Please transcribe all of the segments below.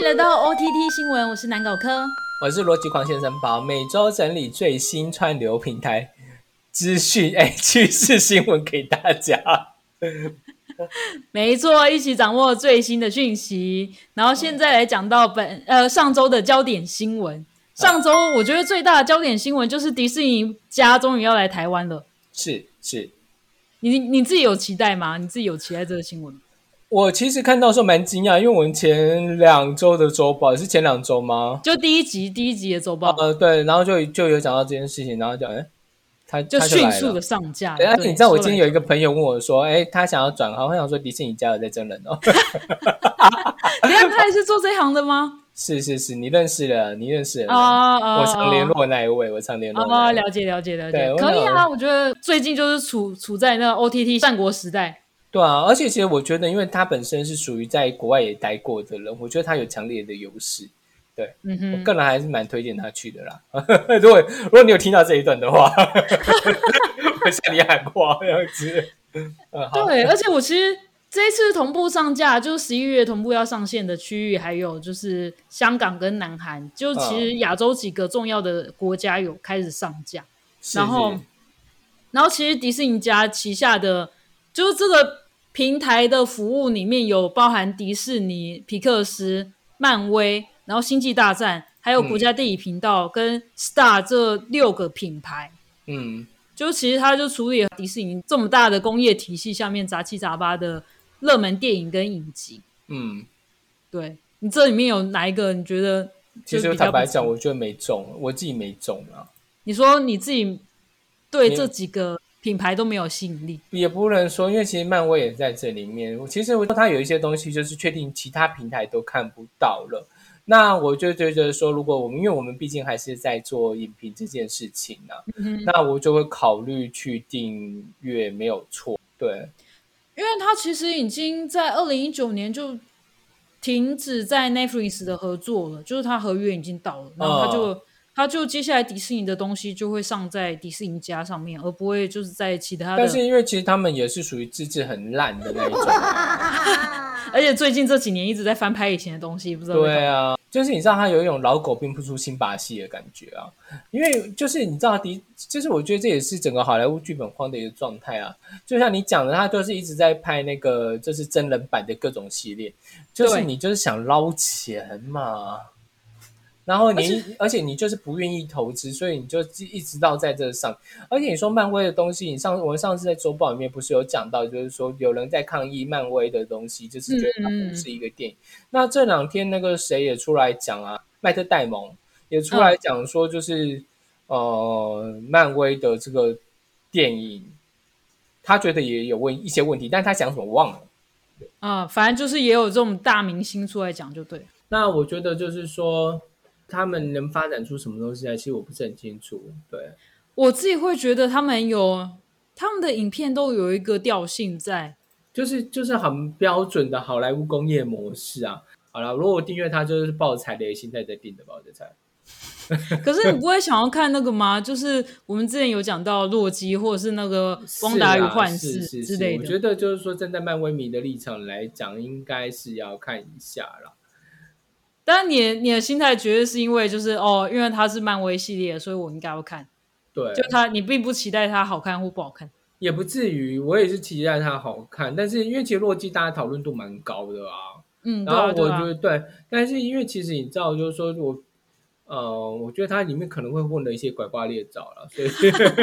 迎来到 OTT 新闻，我是南狗科， 我是逻辑狂先生宝，每周整理最新串流平台资讯，趋势新闻给大家。 没错，一起掌握最新的讯息。然后现在来讲到上周的焦点新闻。上周我觉得最大的焦点新闻就是迪士尼家终于要来台湾了。 是， 你自己有期待吗？你自己有期待这个新闻吗？ 我其实看到的时候蛮惊讶，因为我们前2周的周报是前2周吗？ 就第一集的周报， 对，然后就有讲到这件事情，然后他就迅速的上架。 对，你知道我今天有一个朋友问我说，他想要转行，我想说迪士尼家有在真人哦。 等一下他也是做这行的吗？ 是，你认识了我常联络那一位，了解， 对，可以啊。我觉得最近就是处在那个 OTT 战国时代。 对啊，而且其实我觉得，因为他本身是属于在国外也待过的人，我觉得他有强烈的优势。对，我个人还是蛮推荐他去的啦。如果你有听到这一段的话，我向你喊话这样子。 对，而且我其实这一次同步上架，就是11月同步要上线的区域，还有就是香港跟南韩，就其实亚洲几个重要的国家有开始上架。然后其实迪士尼家旗下的就是这个平台的服务里面有包含迪士尼、皮克斯、漫威，然后星际大战，还有国家地理频道跟 Star 这6个品牌。就其实他就处理了迪士尼这么大的工业体系下面杂七杂八的热门电影跟影集。对，你这里面有哪一个你觉得？ 其实坦白讲，我觉得没中，我自己没中啊。 你说你自己对这几个品牌都没有吸引力？ 也不能说，因为其实漫威也在这里面。其实它有一些东西就是确定其他平台都看不到了。那我就觉得说，如果因为我们毕竟还是在做影评这件事情啊，那我就会考虑去订阅，没有错。对， 因为它其实已经在2019年就停止在 Netflix 的合作了，就是它合约已经到了，然后它就接下来迪士尼的东西就会上在迪士尼家上面，而不会就是在其他的。 但是因为其实他们也是属于资质很烂的那一种， 而且最近这几年一直在翻拍以前的东西，不知道。 对啊，就是你知道他有一种老狗变不出新把戏的感觉啊，因为就是你知道就是我觉得这也是整个好莱坞剧本荒的一个状态啊。就像你讲的，他就是一直在拍那个就是真人版的各种系列，就是你就是想捞钱嘛。然后而且你就是不愿意投资，所以你就一直到在这上。而且你说漫威的东西，我们上次在周报里面不是有讲到，就是说有人在抗议漫威的东西，就是觉得它不是一个电影。那这2天那个谁也出来讲啊，麦特戴蒙也出来讲说，就是漫威的这个电影，他觉得也有一些问题，但他讲什么忘了。 反正就是也有这种大明星出来讲就对了。 那我觉得就是说，他们能发展出什么东西来，其实我不是很清楚。对， 我自己会觉得他们的影片都有一个调性在， 就是很标准的好莱坞工业模式啊。好了，如果我订阅它，就是抱着踩雷心态在订的吧，我在猜。 可是你不会想要看那个吗？就是我们之前有讲到洛基，或者是那个汪达与幻视之类的。 我觉得就是说，站在漫威迷的立场来讲，应该是要看一下啦。 但你的心态绝对是因为就是因为它是漫威系列，所以我应该要看。 对， 就你并不期待它好看或不好看， 也不至于。我也是期待它好看，但是因为其实洛基大家讨论度蛮高的啊。然后我觉得对，但是因为其实你知道，就是说我觉得它里面可能会混了一些拐瓜裂枣了，所以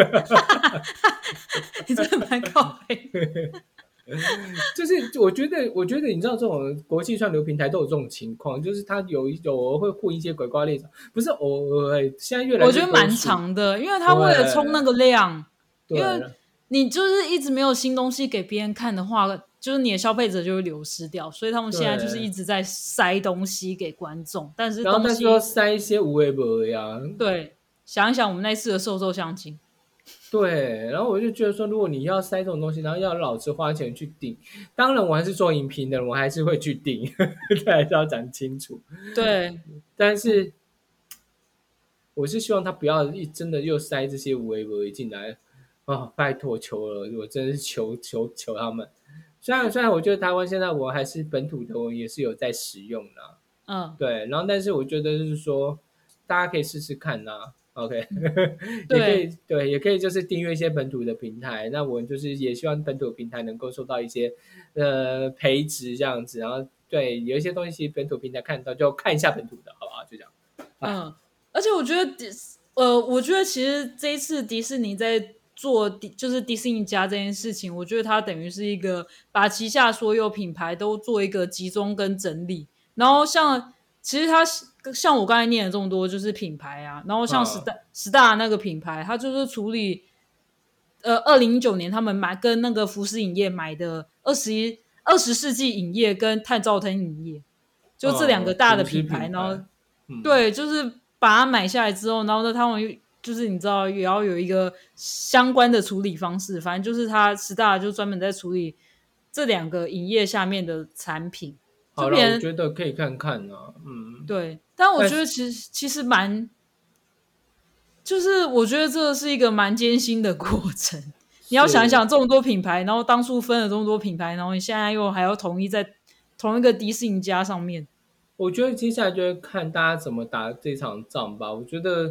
你真的蛮靠北。 就是我觉得你知道这种国际串流平台都有这种情况，就是它有偶尔会混一些拐瓜裂枣，不是偶尔，现在越来越我觉得蛮长的，因为它为了冲那个量，因为你就是一直没有新东西给别人看的话，就是你的消费者就会流失掉，所以他们现在就是一直在塞东西给观众，但是要塞一些无为不呀。 对，想一想我们那次的瘦相亲。 对，然后我就觉得说，如果你要塞这种东西，然后要老子花钱去订，当然我还是做影评的人，我还是会去订，这还是要讲清楚。 对， 但是我是希望他不要真的又塞这些无为不为进来拜托求了，我真的是求他们。虽然我觉得台湾现在我还是本土的，我也是有在使用啦。 对，然后但是我觉得就是说，大家可以试试看呐、OK，也可对， 以对，也可以就是订阅一些本土的平台。那我就是也希望本土平台能够受到一些培植这样子，然后对有一些东西本土平台看到就看一下本土的，好不好？就这样。 而且我觉得我觉得其实这一次迪士尼在做就是迪士尼家这件事情，我觉得它等于是一个把旗下所有品牌都做一个集中跟整理。然后其实它像我刚才念了这么多就是品牌啊，然后像Star 那个品牌，它就是处理2019年他们跟那个福斯影业买的20世纪影业跟探照灯影业，就这两个大的品牌，然后对，就是把它买下来之后，然后呢，他们就是你知道也要有一个相关的处理方式，反正就是他Star就专门在处理这两个影业下面的产品。 好了，我觉得可以看看啊， 对，但我觉得其实就是我觉得这是一个蛮艰辛的过程。你要想一想，这么多品牌，然后当初分了这么多品牌，然后你现在又还要统一在同一个迪士尼家上面。 我觉得接下来就会看大家怎么打这场仗吧。我觉得，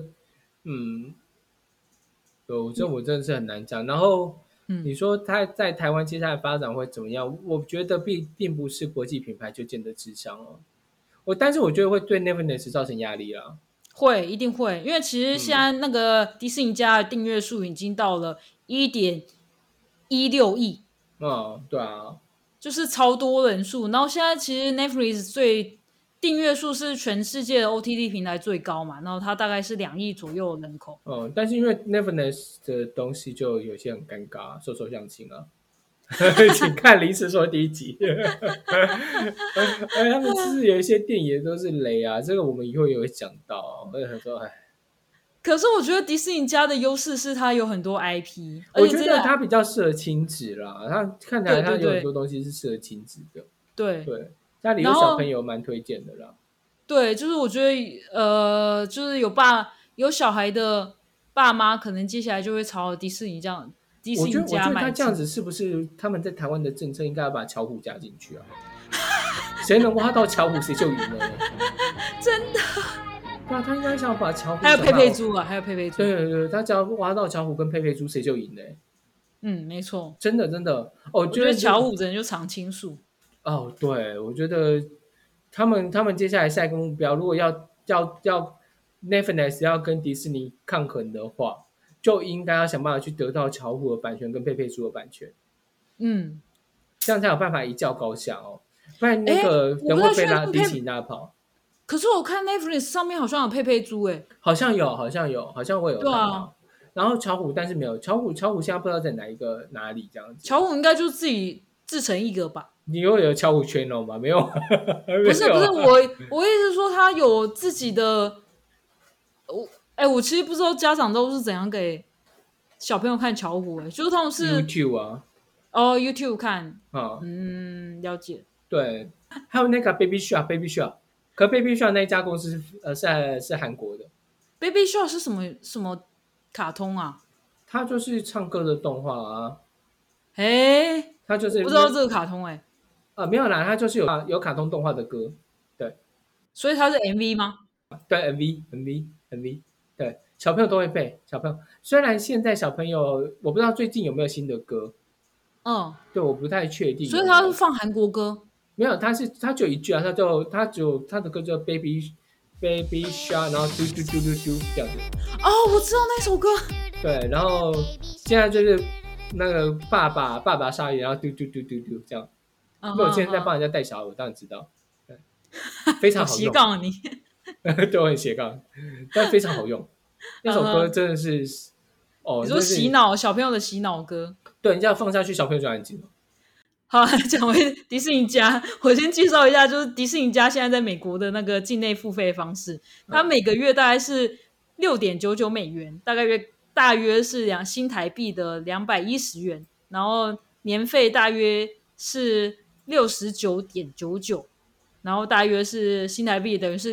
我真的是很难讲。然后你说他在台湾接下来发展会怎么样？我觉得并不是国际品牌就见得吃香哦。但是我觉得会对 Netflix 造成压力啦。 会，一定会，因为其实现在那个迪士尼家的订阅数已经到了1.16亿， 对啊， 就是超多人数。然后现在其实 Netflix 订阅数是全世界的 OTT 平台最高嘛，然后它大概是2亿左右的人口。 但是因为 Netflix 的东西就有些很尴尬，手手相亲啊。请看临时说第一集。他们是有一些电影都是雷啊，这个我们以后也会讲到。我想说， 可是我觉得迪士尼家的优势是它有很多 IP， 我觉得它比较适合亲子啦。它看起来它有很多东西是适合亲子的。 对， 家里有小朋友蛮推荐的啦。 对，就是我觉得就是有小孩的爸妈，可能接下来就会朝迪士尼家我觉得他这样子是不是他们在台湾的政策应该要把巧虎加进去啊？谁能挖到巧虎，谁就赢了。 真的。 对啊，他应该想把巧虎还有佩佩猪啊，还有佩佩猪。 对，他只要挖到巧虎跟佩佩猪，谁就赢了。 没错， 真的。 我觉得巧虎真的就常青树。 对，我觉得他们接下来下一个目标，如果要 Netflix 要跟迪士尼抗衡的话，就应该要想办法去得到巧虎的版权跟佩佩猪的版权。这样才有办法一较高下哦，不然那个人会被拉迪士尼拉跑。 可是我看 Netflix 上面好像有佩佩猪好像有，好像我有看到。然后巧虎，但是没有巧虎现在不知道在哪里这样子。 巧虎应该就自己自成一格吧？ 你有巧虎channel吗？没有。 不是我意思是说他有自己的。我其实不知道家长都是怎样给小朋友看巧虎就是他们是 YouTube 啊。 YouTube 看。了解。 对，还有那个 Baby Shark， 可 Baby Shark 那一家公司是韩国的。 Baby Shark 是什么卡通啊？ 它就是唱歌的动画啊。它就是我不知道这个卡通没有啦，它就是有卡通动画的歌。对， 所以它是 MV 吗？ 对， MV。对，小朋友都会背。小朋友虽然现在小朋友我不知道最近有没有新的歌。对，我不太确定。 所以他是放韩国歌？ 没有，他就一句啊，他的歌叫 Baby Shark， 然后嘟嘟嘟嘟嘟这样子。 我知道那首歌。 对，然后现在就是那个爸爸鲨鱼，然后嘟嘟嘟嘟嘟这样。因为我现在在帮人家带小孩，我当然知道。对，非常好用。 斜杠你。 对，我很斜杠，但非常好用。那首歌真的是你说洗脑小朋友的洗脑歌？ 对，你这样放下去，小朋友就安静了。 好，讲回迪士尼家，我先介绍一下，就是迪士尼家现在在美国的那个境内付费方式，它每个月大概是$6.99，大约是新台币的210元，然后年费大约是69.99，然后大约是新台币等于是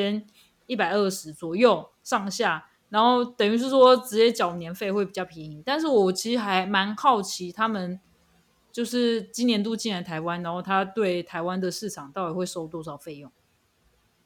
2120左右上下，然后等于是说直接缴年费会比较便宜。但是我其实还蛮好奇他们就是今年度进来台湾，然后他对台湾的市场到底会收多少费用？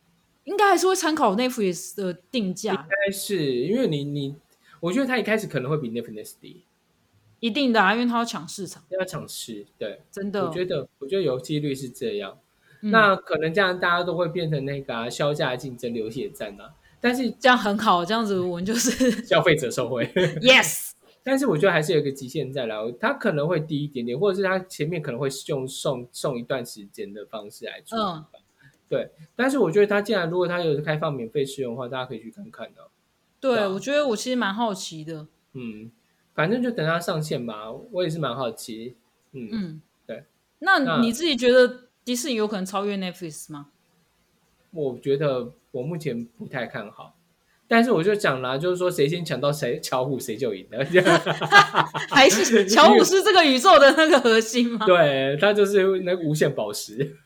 应该还是会参考 Netflix 的定价， 应该是因为我觉得他一开始可能会比 Netflix 低， 一定的啊，因为它要抢市场， 要尝试。对， 真的。 我觉得有几率是这样。 嗯， 那可能这样大家都会变成那个销价竞争流血战啊，但是这样很好，这样子我们就是消费者受惠。 yes。 但是我觉得还是有一个极限在啦，它可能会低一点点，或者是它前面可能会用送一段时间的方式来处理嗯， 吧。对，但是我觉得它既然如果它有开放免费试用的话，大家可以去看看的。对对，我啊， 觉得我其实蛮好奇的。 嗯，反正就等它上线吧，我也是蛮好奇。嗯， 嗯， 对， 那你那自己觉得迪士尼有可能超越 Netflix 吗？ 我觉得我目前不太看好。但是我就讲啦，就是说谁先抢到谁巧虎谁就赢了。 还是乔姆是这个宇宙的那个核心吗？ 对，他就是那个无限宝石。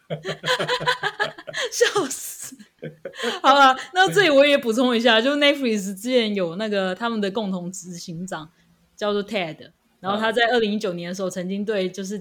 笑死！好了，那这里我也补充一下，就 Netflix 之前有那个他们的共同执行长叫做 Ted，然后他在2019年的时候曾经对就是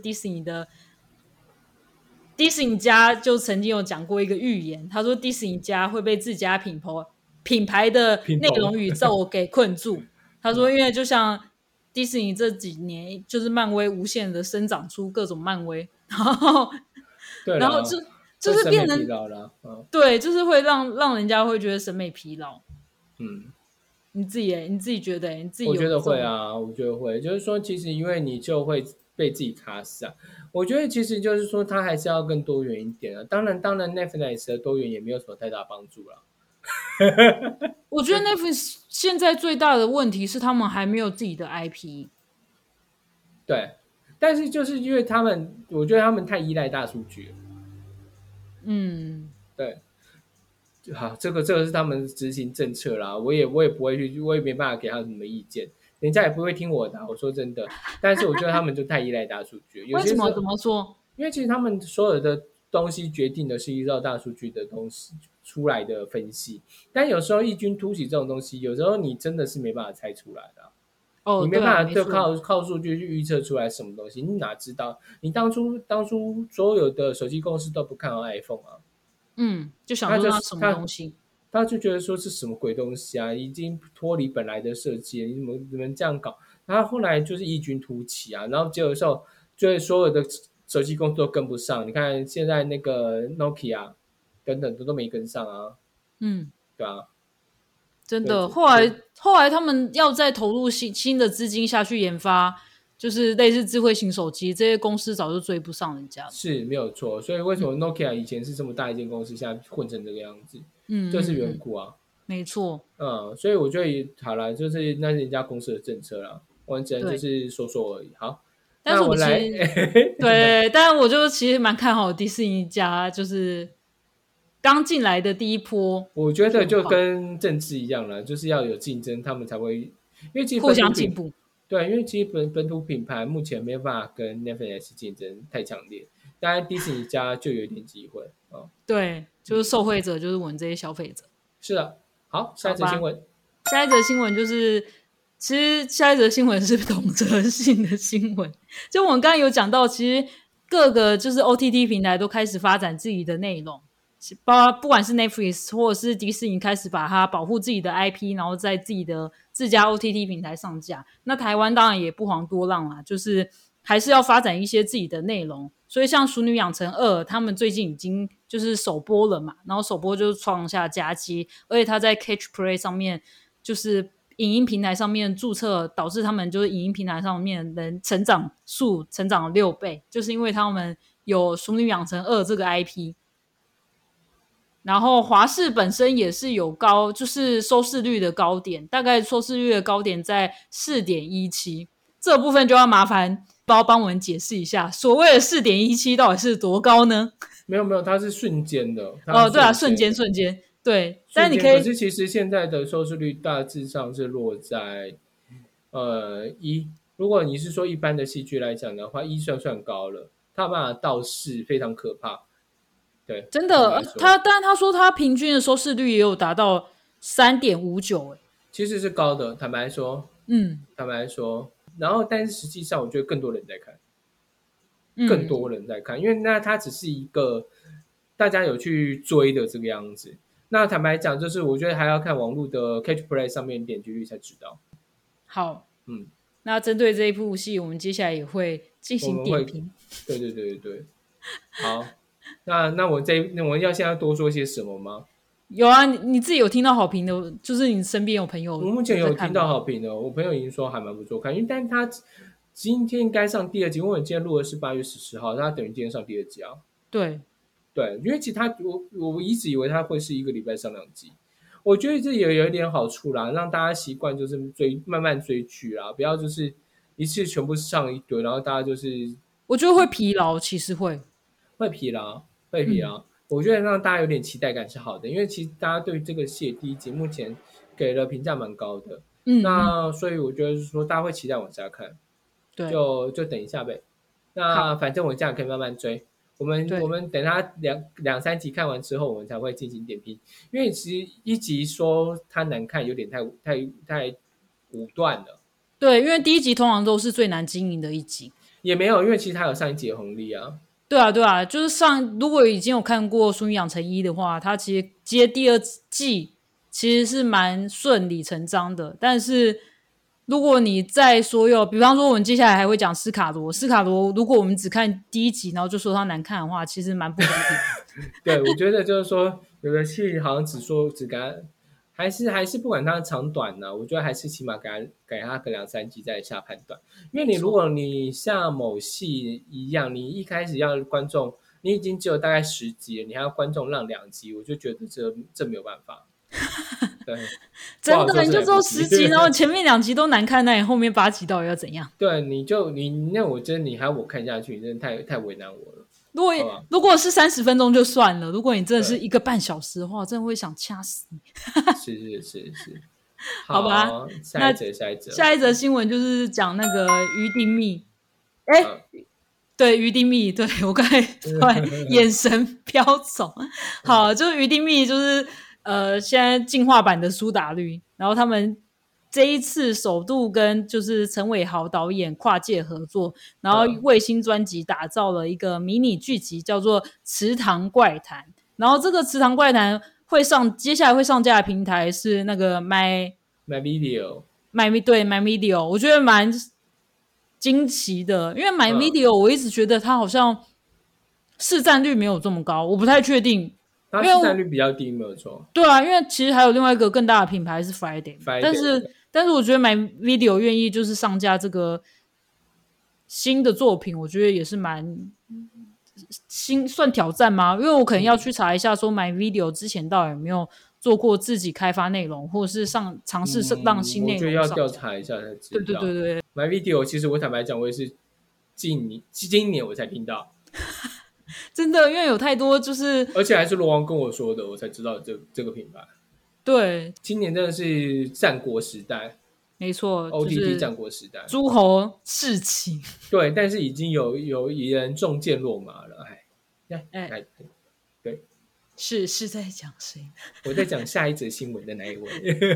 迪士尼家就曾经有讲过一个预言，他说迪士尼家会被自家品牌的内拼头。 容宇宙给困住。他说，因为就像迪士尼这几年就是漫威无限的生长出各种漫威， 对了， 然后就是会审美疲变成劳了。 对，就是会让人家会觉得审美疲劳。 嗯， 你自己觉得你自己我觉得有这种会啊，我觉得会，就是说，其实因为你就会被自己卡死啊。我觉得其实就是说，它还是要更多元一点啊。当然，Netflix 的多元也没有什么太大帮助了。 我觉得 Netflix 现在最大的问题是他们还没有自己的 IP。 对，但是就是因为我觉得他们太依赖大数据了。 嗯， 对，好，这个是他们执行政策啦，我也不会去，我也没办法给他什么意见，人家也不会听我的啊，我说真的。但是我觉得他们就太依赖大数据，有些时候为什么？怎么说？ 因为其实他们所有的东西决定的是依照大数据的东西出来的分析，但有时候异军突起这种东西，有时候你真的是没办法猜出来的啊。 哦， 你没对啊， 办法就没错。 靠数据去预测出来什么东西，你哪知道？你当初所有的手机公司都不看好 iPhone 啊， 嗯，就想他就说那什么他东西。 他就觉得说是什么鬼东西啊，已经脱离本来的设计了，你怎么这样搞？然后后来就是异军突起啊，然后结果时候，就是所有的手机公司都跟不上。你看现在那个 Nokia 等等都没跟上啊， 嗯， 对啊，对， 真的。后来他们要再投入新的资金下去研发，就是类似智慧型手机，这些公司早就追不上人家了。 是没有错。所以为什么嗯 Nokia 以前是这么大一间公司，现在混成这个样子，这是嗯嗯嗯， 缘故啊。 没错。 所以我觉得也好啦，就是那是人家公司的政策啦，我只能就对， 是说说而已。好， 但是那我来， 我其实对，但是我就其实蛮看好迪士尼家，就是刚进来的第一波我觉得就就很棒， 跟政治一样了，就是要有竞争，他们才会。因为其实互相进步。 对，因为其实本土品牌目前没有办法跟 Netflix 竞争太强烈，当然迪士尼家就有一点机会啊。 对，就是受惠者就是我们这些消费者。 是的，好，下好吧， 一则新闻。 下一则新闻就是，其实下一则新闻是同质性的新闻。就我们刚刚有讲到，其实各个就是 OTT 平台都开始发展自己的内容，不管是 Netflix 或者是迪士尼开始把它保护自己的 IP，然后在自己的自家 OTT 平台上架。那台湾当然也不遑多让啦，就是还是要发展一些自己的内容。所以像《熟女养成2》，他们最近已经就是首播了嘛，然后首播就是创下佳绩，而且它在 Catch Play 上面就是影音平台上面注册，导致他们就是影音平台上面人成长数成长了6倍，就是因为他们有《熟女养成2》这个 IP。然后华视本身也是有就是收视率的高点，大概收视率的高点在4.17，这部分就要麻烦帮我们解释一下，所谓的4.17到底是多高呢？ 没有没有，它是瞬间的， 哦，对啊，瞬间，对，但是你可以， 可是其实现在的收视率大致上是落在一。如果你是说一般的戏剧来讲的话，一算高了，它办法到4非常可怕。对， 真的， 坦白说， 但是他说他平均的收视率也有达到3.59， 其实是高的，坦白说， 嗯坦白说。然后，但是实际上，我觉得更多人在看，更嗯， 多人在看，因为那它只是一个大家有去追的这个样子。 那坦白讲，就是我觉得还要看网络的 Catch Play 上面点击率才知道。 好， 嗯， 那针对这一部戏，我们接下来也会进行我们会， 点评。 对对对对对，好，那我们现在要多说些什么吗？ 有啊，你自己有听到好评的，就是你身边有朋友我目前有在看吗？ 有听到好评的，我朋友已经说还蛮不错看，因为但他今天该上第二集，因为我今天录的是8月14号，他等于今天上第二集啊。 对， 对，因为其实我一直以为他会是一个礼拜上2集，我觉得这也有一点好处啦，让大家习惯就是慢慢追剧啦，不要就是一次全部上一堆，然后大家就是我觉得会疲劳，其实会。 会疲劳，会疲嗯劳。我觉得让大家有点期待感是好的，因为其实大家对这个戏的第一集目前给了评价蛮高的， 嗯嗯， 那所以我觉得是说大家会期待往下看， 对， 就等一下呗。那好， 反正我这样可以慢慢追。我对。 们等他两三集看完之后，我们才会进行点评。因为其实一集说它难看，有点太武断了。 对，因为第一集通常都是最难经营的一集。 也没有，因为其实它有上一集的红利啊。 对啊，对啊，就是如果已经有看过《淑女养成一》的话，它其实接第二季其实是蛮顺理成章的。但是如果你在所有，比方说我们接下来还会讲斯卡罗，如果我们只看第一集，然后就说它难看的话，其实蛮不公平的。 对，我觉得就是说，有的戏好像只给他，还是不管它长短呢、我觉得还是起码给他个2、3集再下判断。因为如果你像某戏一样，你一开始要观众，你已经只有大概10集了，你还要观众让2集，我就觉得这没有办法。对，不好真的，你就只有说这两部 10集，然后前面2集都难看，那你后面8集到底要怎样？ 对，那我真的你还要我看下去，你真的太为难我了， 如果好吧？ 如果是30分钟就算了，如果你真的是对， 1个半小时的话，真的会想掐死你。 是， 好吧， 好， 那下一则， 下一则新闻就是讲那个于丁密，哎， 嗯， 对，于丁密，对我刚才突然眼神飘走。好，就是于丁密，就是现在进化版的苏打绿，然后他们这一次首度跟就是陈伟豪导演跨界合作，然后为新专辑打造了一个迷你剧集，叫做《池塘怪谈》。然后这个《池塘怪谈》接下来会上架的平台是那个 My Video， 对 My Video，我觉得蛮惊奇的，因为 My Video 我一直觉得它好像市占率没有这么高，我不太确定。 它市占率比较低，没有错。 对啊，因为其实还有另外一个更大的品牌是 Friday， 但 Friday， 是我觉得 My Video 愿意就是上架这个新的作品，我觉得也是蛮算挑战吗？因为我可能要去查一下，说 My Video 之前到底有没有做过自己开发内容，或者是尝试让新内我觉得要容上架。 调查一下才知道。 对对对对， My Video 其实我坦白讲，我也是今年我才听到， 真的，因为有太多就是而且还是罗王跟我说的，我才知道这个品牌。 对， 今年真的是战国时代没错，就 ，OTT 是战国时代。 诸侯士气。 对，但是已经有人中箭落马了， 哎， 对， 是在讲谁我在讲下一则新闻的那一位。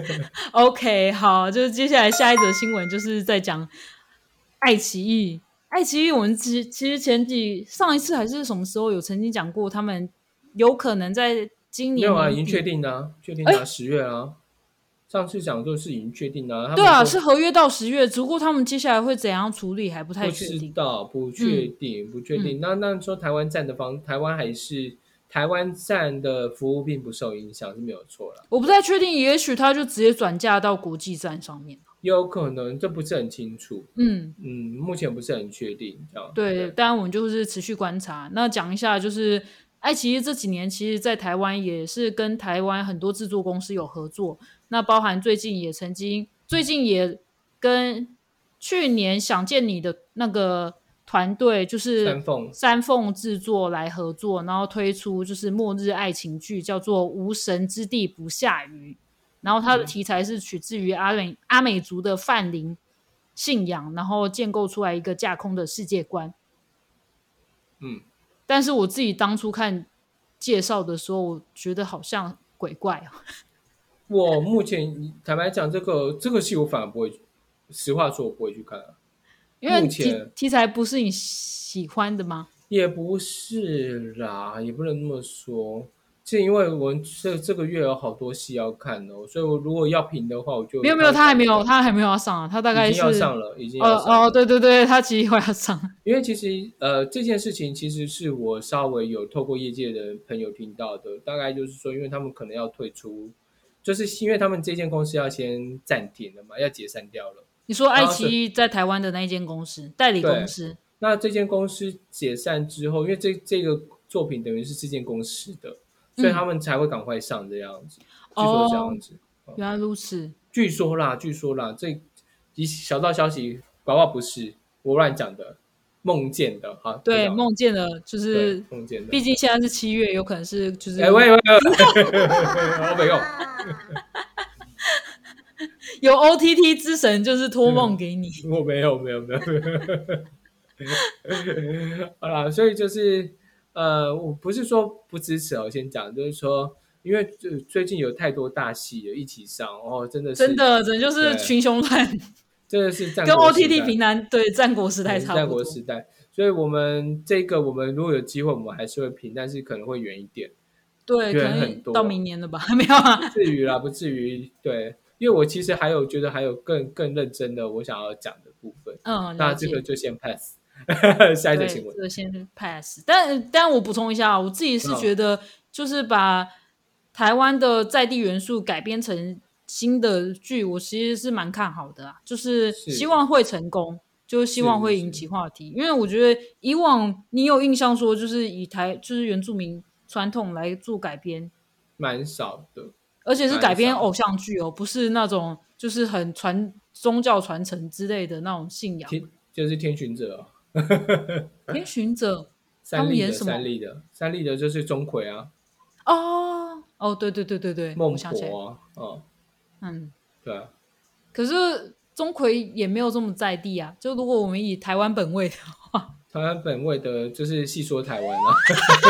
？OK，好，就是接下来下一则新闻就是在讲爱奇艺。爱奇艺，我们其实上一次还是什么时候有曾经讲过，他们有可能在今年没有啊，已经年底确定了、确定了、10月啊。上次讲就是已经确定了、他对啊， 们说是合约到10月，只不过他们接下来会怎样处理还不太不确定。 知道，不确定，不确定。那说台湾站的台湾站的服务并不受影响是没有错了， 我不太确定，也许他就直接转嫁到国际站上面。 有可能这不是很清楚。 嗯， 目前不是很确定。这样对，当然我们就是持续观察。那讲一下，就是爱奇艺这几年其实在台湾也是跟台湾很多制作公司有合作，那包含最近也跟去年想见你的那个团队就是山凤制作来合作，然后推出就是末日爱情剧，叫做《无神之地不下雨》，然后它的题材是取自于阿美族的泛灵信仰，然后建构出来一个架空的世界观。但是我自己当初看介绍的时候，我觉得好像鬼怪哦。 我目前坦白讲，这个戏我反而不会，实话说我不会去看啊。 因为目前题材不是你喜欢的吗？ 也不是啦，也不能那么说。 是因为我这个月有好多戏要看哦，所以我如果要评的话，我就没有没有，他还没有要上啊，他大概已经要是上了，已经要上了。 对对对，他其实会要上。 因为其实这件事情其实是我稍微有透过业界的朋友听到的，大概就是说，因为他们可能要退出，就是因为他们这间公司要先暂停了嘛，要解散掉了。 你说爱然后是奇艺在台湾的那一间公司代理公对， 司， 那这间公司解散之后，因为这个作品等于是这间公司的，所以他嗯， 们才会赶快上这样子。据说是这哦， 样子。 原来如此， 据说啦，这小道消息，搞不好不是我乱讲的，梦见的哈，就这对， 样。 梦见了，就对， 是梦见的。 毕竟现在是7月，有可能是就哎， 是喂，我没有。 有 OTT 之神就是托梦给你。 我没有。好啦，所以就是我不是说不支持哦，我先讲，就是说，因为最近有太多大戏了一起上哦，真的是。 真的就是对， 群雄乱， 真的是战跟国时 OTT 代。 平台对战国时代也是战差不多。 国时代，所以我们如果有机会，我们还是会评，但是可能会远一点， 对，可远很能到多。 明年了吧？没有啊。 不至于啦，不至于。对，因为我其实觉得还有更认真的我想要讲的部分， 嗯， 那了解。 这个就先 pass。下一则对， 新闻。 这个先 pass。但我补充一下，我自己是嗯， 觉得，就是把台湾的在地元素改编成新的剧，我其实是蛮看好的啊，就是希是望会成功，就是希望会引是起话题。因为我觉得以往你有印象说，就是就是原住民传统来做改编， 蛮少的， 而且是改蛮少。 编偶像剧哦，不是那种就是很宗教传承之类的那种信仰。 就是天巡者哦。 天巡者他三立的们演什么？ 三立的就是钟馗啊， 哦，对对对对对，我孟想起来， 婆啊，哦， 嗯， 对啊。 可是钟馗也没有这么在地啊。就如果我们以台湾本位的话， 台湾本位的就是细说台湾啊。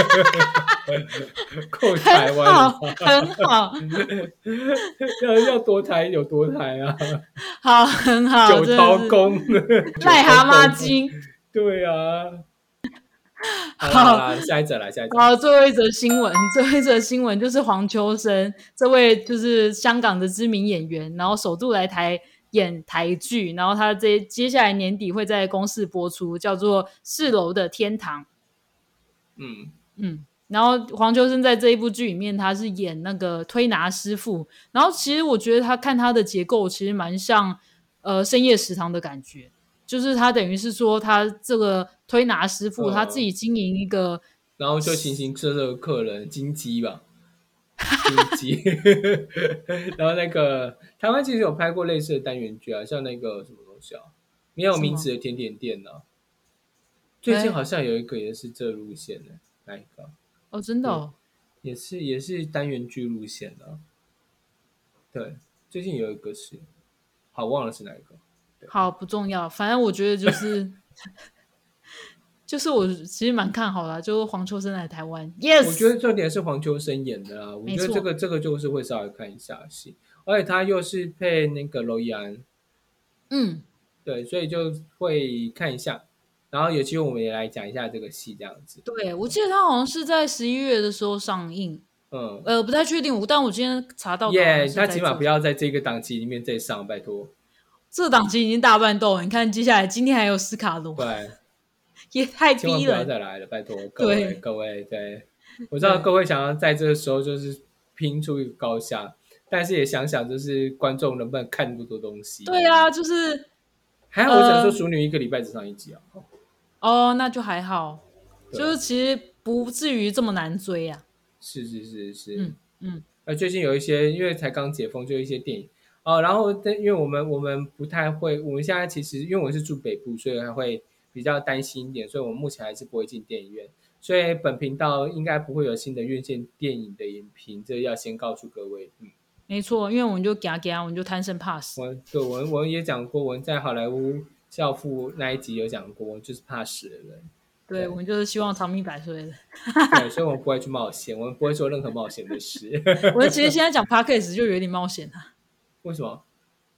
够台很湾了好，很好， 要多台有多台啊。 好，很好， 九真的是桃宫。 癞蛤蟆精。 对啊。好啦好好啦，下一则来，下一则。 好，最后一则新闻，最后一则新闻就是黄秋生这位就是香港的知名演员，然后首度来台演台剧，然后他接下来年底会在公视播出，叫做《4楼的天堂》。 嗯然后黄秋生在这一部剧里面，他是演那个推拿师傅。然后其实我觉得他看他的结构，其实蛮像深夜食堂的感觉，就是他等于是说他这个推拿师傅他自己经营一个， 然后就形形色色的客人，金鸡吧，金鸡。然后那个台湾其实有拍过类似的单元剧啊，像那个什么东西啊，没有名字的甜点店啊，最近好像有一个也是这路线的，哪一个？ 哦，真的对， 哦， 也是单元剧路线的啊。对，最近有一个是，好忘了是哪一个。对， 好不重要，反正我觉得就是就是我其实蛮看好的啊，就是黄秋生来台湾我觉得 ，yes， 重点是黄秋生演的啊，我觉得这没错， 个这个就是会稍微看一下戏，而且他又是配那个娄艺安。 嗯， 对，所以就会看一下，然后有机会我们也来讲一下这个戏这样子。 对，我记得他好像是在11月的时候上映， 嗯， 不太确定，但我今天查到的好像耶， 是在这他起码不要在这个档期里面再上，拜托。 这档期已经大半斗了，你看接下来今天还有斯卡罗， 对， 也太千万不要逼了。 再来了，拜托各位对各位。对，我知道各位想要在这个时候就是拼出一个高下，但是也想想就是观众能不能看那么多东西。 对啊，就是还好我只能说熟女一个礼拜只上一集啊。 那就还好， 对， 就是其实不至于这么难追啊。 是。 嗯， 最近有一些，因为才刚解封，就有一些电影哦。然后，因为我们不太会，我们现在其实因为我是住北部，所以还会比较担心一点，所以我们目前还是不会进电影院。所以本频道应该不会有新的院线电影的影评，这要先告诉各位。 没错，因为我们就给我们就贪生怕死。 我也讲过，我在好莱坞教父那一集有讲过，我就是怕死的人。 对，我们就是希望长命百岁的。 对，所以我们不会去冒险，我们不会做任何冒险的事。 我其实现在讲 podcast 就有点冒险啊， 为什么？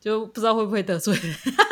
就不知道会不会得罪人。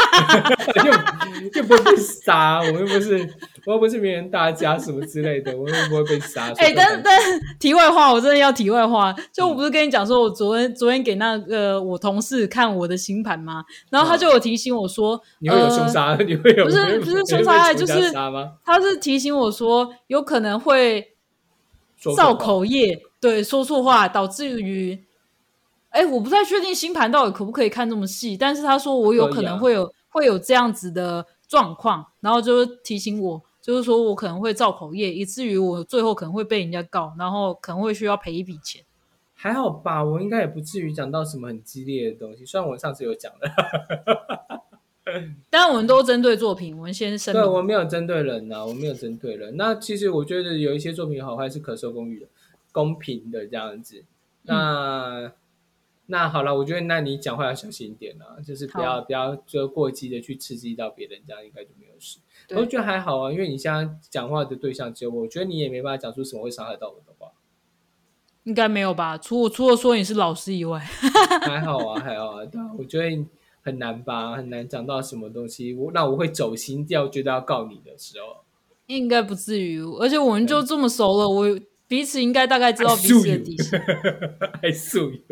又不会被杀，我又不是名人大家什么之类的，我又不会被杀。 但题外话，我真的要题外话，就我不是跟你讲说，我昨天给那个我同事看我的星盘吗？然后他就有提醒我说， 你会有凶杀，你会有不是凶杀案，就是吗？ 他是提醒我说，有可能会造口业，对，说错话，导致于。我不太确定星盘到底可不可以看这么细，但是他说我有可能会有这样子的状况，然后就提醒我，就是说我可能会造口业，以至于我最后可能会被人家告，然后可能会需要赔一笔钱。 还好吧，我应该也不至于讲到什么很激烈的东西，虽然我上次有讲了。 但我们都针对作品，我们先声明。 对，我没有针对人啊，我没有针对人。那其实我觉得有一些作品好坏是可受公允的、公平的这样子。那好了，我觉得那你讲话要小心一点啊，就是不要就过激的去刺激到别人，这样应该就没有事。我觉得还好啊，因为你现在讲话的对象只有我觉得你也没办法讲出什么会伤害到我的话。 应该没有吧？除了说你是老师以外， 还好啊，还好啊。对啊，我觉得很难吧，很难讲到什么东西，那我会走心掉，觉得要告你的时候， 应该不至于。而且我们就这么熟了，我彼此应该大概知道彼此的底线。 I sue you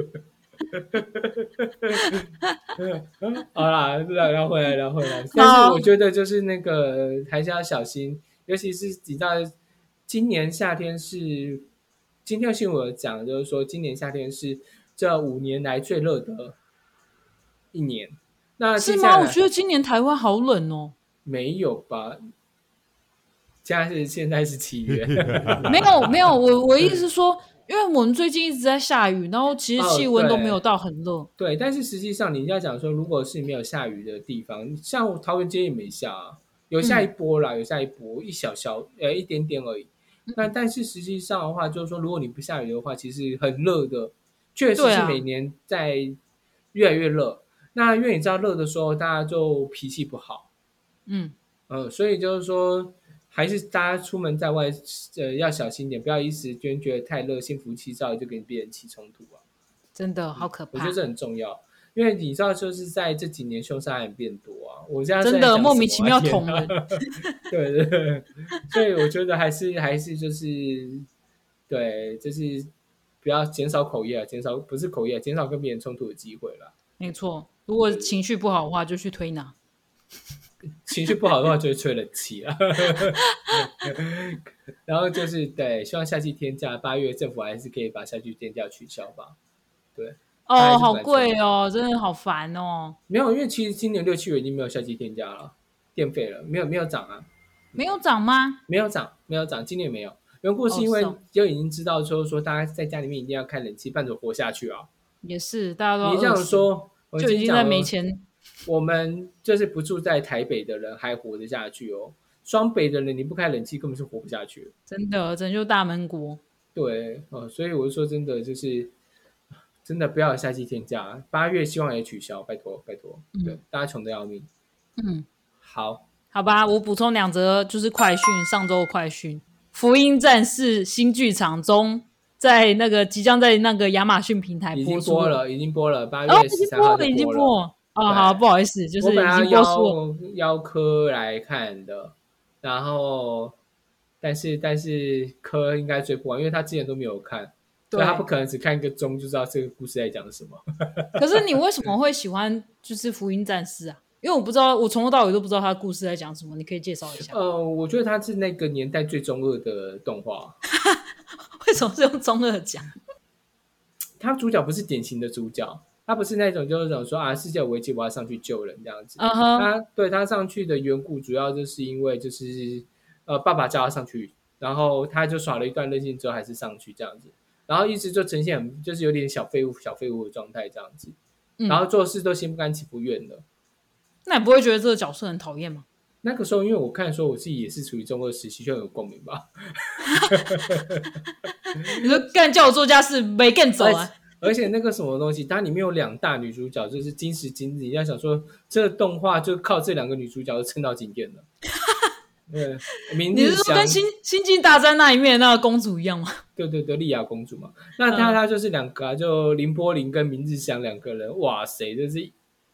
好啦，聊回来。但是我觉得就是那个还是要小心，尤其是你知道，今年夏天是今天新闻有讲，就是说今年夏天是这5年来最热的一年。那是吗？我觉得今年台湾好冷哦。 没有吧？现在是7月。 没有，我意思是说，因为我们最近一直在下雨，然后其实气温都没有到很热。 对，但是实际上你要讲说，如果是没有下雨的地方，像桃园街也没下啊，有下一波啦，有下一波，一点点而已。但是实际上的话，就是说，如果你不下雨的话，其实很热的，确实是每年在越来越热。那因为你知道热的时候，大家就脾气不好，所以就是说，还是大家出门在外，要小心点，不要一时间觉得太热，心浮气躁就跟别人起冲突啊。 真的好可怕， 我觉得这很重要，因为你知道，就是在这几年凶杀案变多啊，我现在真的莫名其妙捅人。 对，所以我觉得还是就是对，就是不要减少口业，不是口业，减少跟别人冲突的机会啦。 没错，如果情绪不好的话，就去推拿。 情绪不好的话，就会吹冷气啊。然后就是对，希望夏季天假8月政府还是可以把夏季天假取消吧。对， 好贵哦，真的好烦哦。 没有，因为其实今年6、7月已经没有夏季天假了，电费了，没有涨啊。 没有涨吗？ 没有涨，今年没有。缘故是因为就已经知道说大家在家里面一定要开冷气，伴着活下去啊。 也是，大家都你这样说， 就已经在没钱。 我们就是不住在台北的人还活得下去哦，双北的人你不开冷气根本是活不下去。 真的拯救大闷锅。 对，所以我就说真的就是真的不要有夏季天假，8月希望也取消，拜托。对，大家穷得要命。好吧，我补充2则就是快讯，上周的快讯，《福音战士》新剧场中在那个即将在那个亚马逊平台播出， 已经播了，8月13号已经播了。好，不好意思，就是已经播出了。 邀科来看的，然后但是科应该追不完，因为他之前都没有看，所以他不可能只看一个钟就知道这个故事在讲什么。 可是你为什么会喜欢就是福音战士啊？因为我不知道，我从头到尾都不知道他的故事在讲什么，你可以介绍一下。 我觉得他是那个年代最中二的动画。 为什么是用中二讲？ 他主角不是典型的主角，他不是那种就是讲说世界有危机我要上去救人这样子。他上去的缘故主要就是因为就是爸爸叫他上去，然后他就耍了一段任性之后还是上去这样子，然后一直就呈现就是有点小废物的状态这样子，然后做事都心不甘情不愿的。 那你不会觉得这个角色很讨厌吗？ 那个时候因为我看说我自己也是处于中二时期，就很有共鸣吧。 你说干叫我做家事没干走啊。 而且那个什么东西，它里面有2大女主角，就是今时今日，你要想说这个动画就靠这2个女主角就撑到今天了。对， 你是说跟星际大战那一面那个公主一样吗？ 对，莉亚公主嘛。那她就是2个就林波林跟明日香2个人，哇塞，就是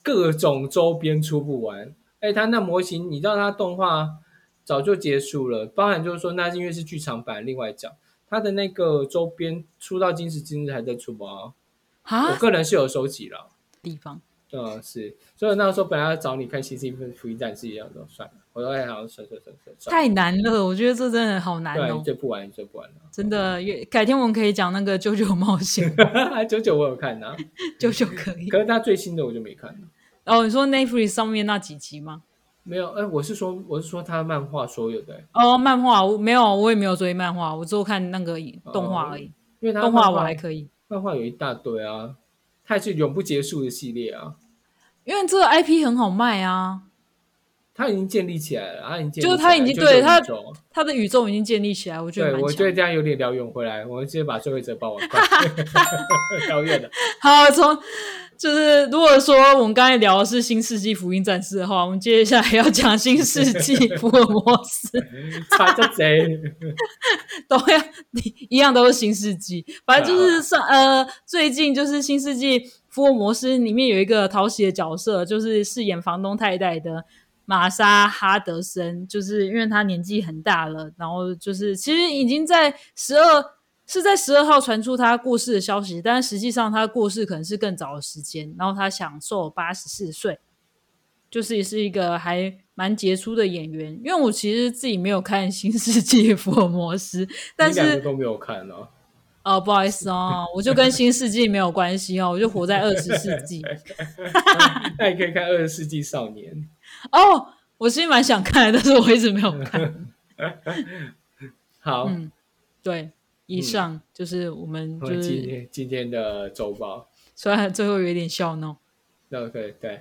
各种周边出不完。它那模型，你知道它动画早就结束了，包含就是说那因为是剧场版，另外讲它的那个周边出到今时今日还在出吗？我个人是有收集了地方。 是，所以那时候本来要找你看《新世纪福音战士》一样的，算了，我都还好算， 太难了，我觉得这真的好难哦。 对，追不完了， 真的。改天我们可以讲那个九九冒险。 九九我有看啊， 九九可以， 可是他最新的我就没看了。 哦，你说 Netflix 上面那几集吗？ 没有，我是说他漫画所有的。 哦，漫画没有，我也没有追漫画，我只有看那个动画而已。 因为他动画我还可以， 漫画有一大堆啊，它也是永不结束的系列啊。 因为这个 IP 很好卖啊， 它已经建立起来了， 就是它已经对它的宇宙已经建立起来，我觉得蛮强的。 对，我觉得这样有点聊远回来，我们直接把最后一则报完，聊远了。 好，就是如果说我们刚才聊的是新世纪福音战士的话，我们接下来要讲新世纪福尔摩斯。 差这贼都要一样都是新世纪，反正就是最近就是新世纪福尔摩斯里面有一个讨喜的角色，就是饰演房东太太的玛莎哈德森，就是因为他年纪很大了，然后就是其实已经在12号传出他过世的消息，但是实际上他过世可能是更早的时间，然后他享受84岁，就是也是一个还蛮杰出的演员。因为我其实自己没有看新世纪福尔摩斯，但是你两个都没有看哦。 不好意思哦，我就跟新世纪没有关系哦，我就活在20世纪。 那你可以看20世纪少年哦，我其实蛮想看的，但是我一直没有看。 好， 对，以上就是我们就是今天的周报， 虽然最后有点笑闹。 对。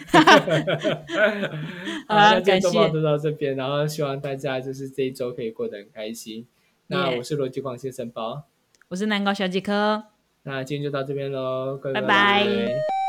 好啦， 那今天感谢周报就到这边，然后希望大家就是这一周可以过得很开心。那我是罗继广先生包， 我是南高小姐科， 那今天就到这边咯，各位拜拜。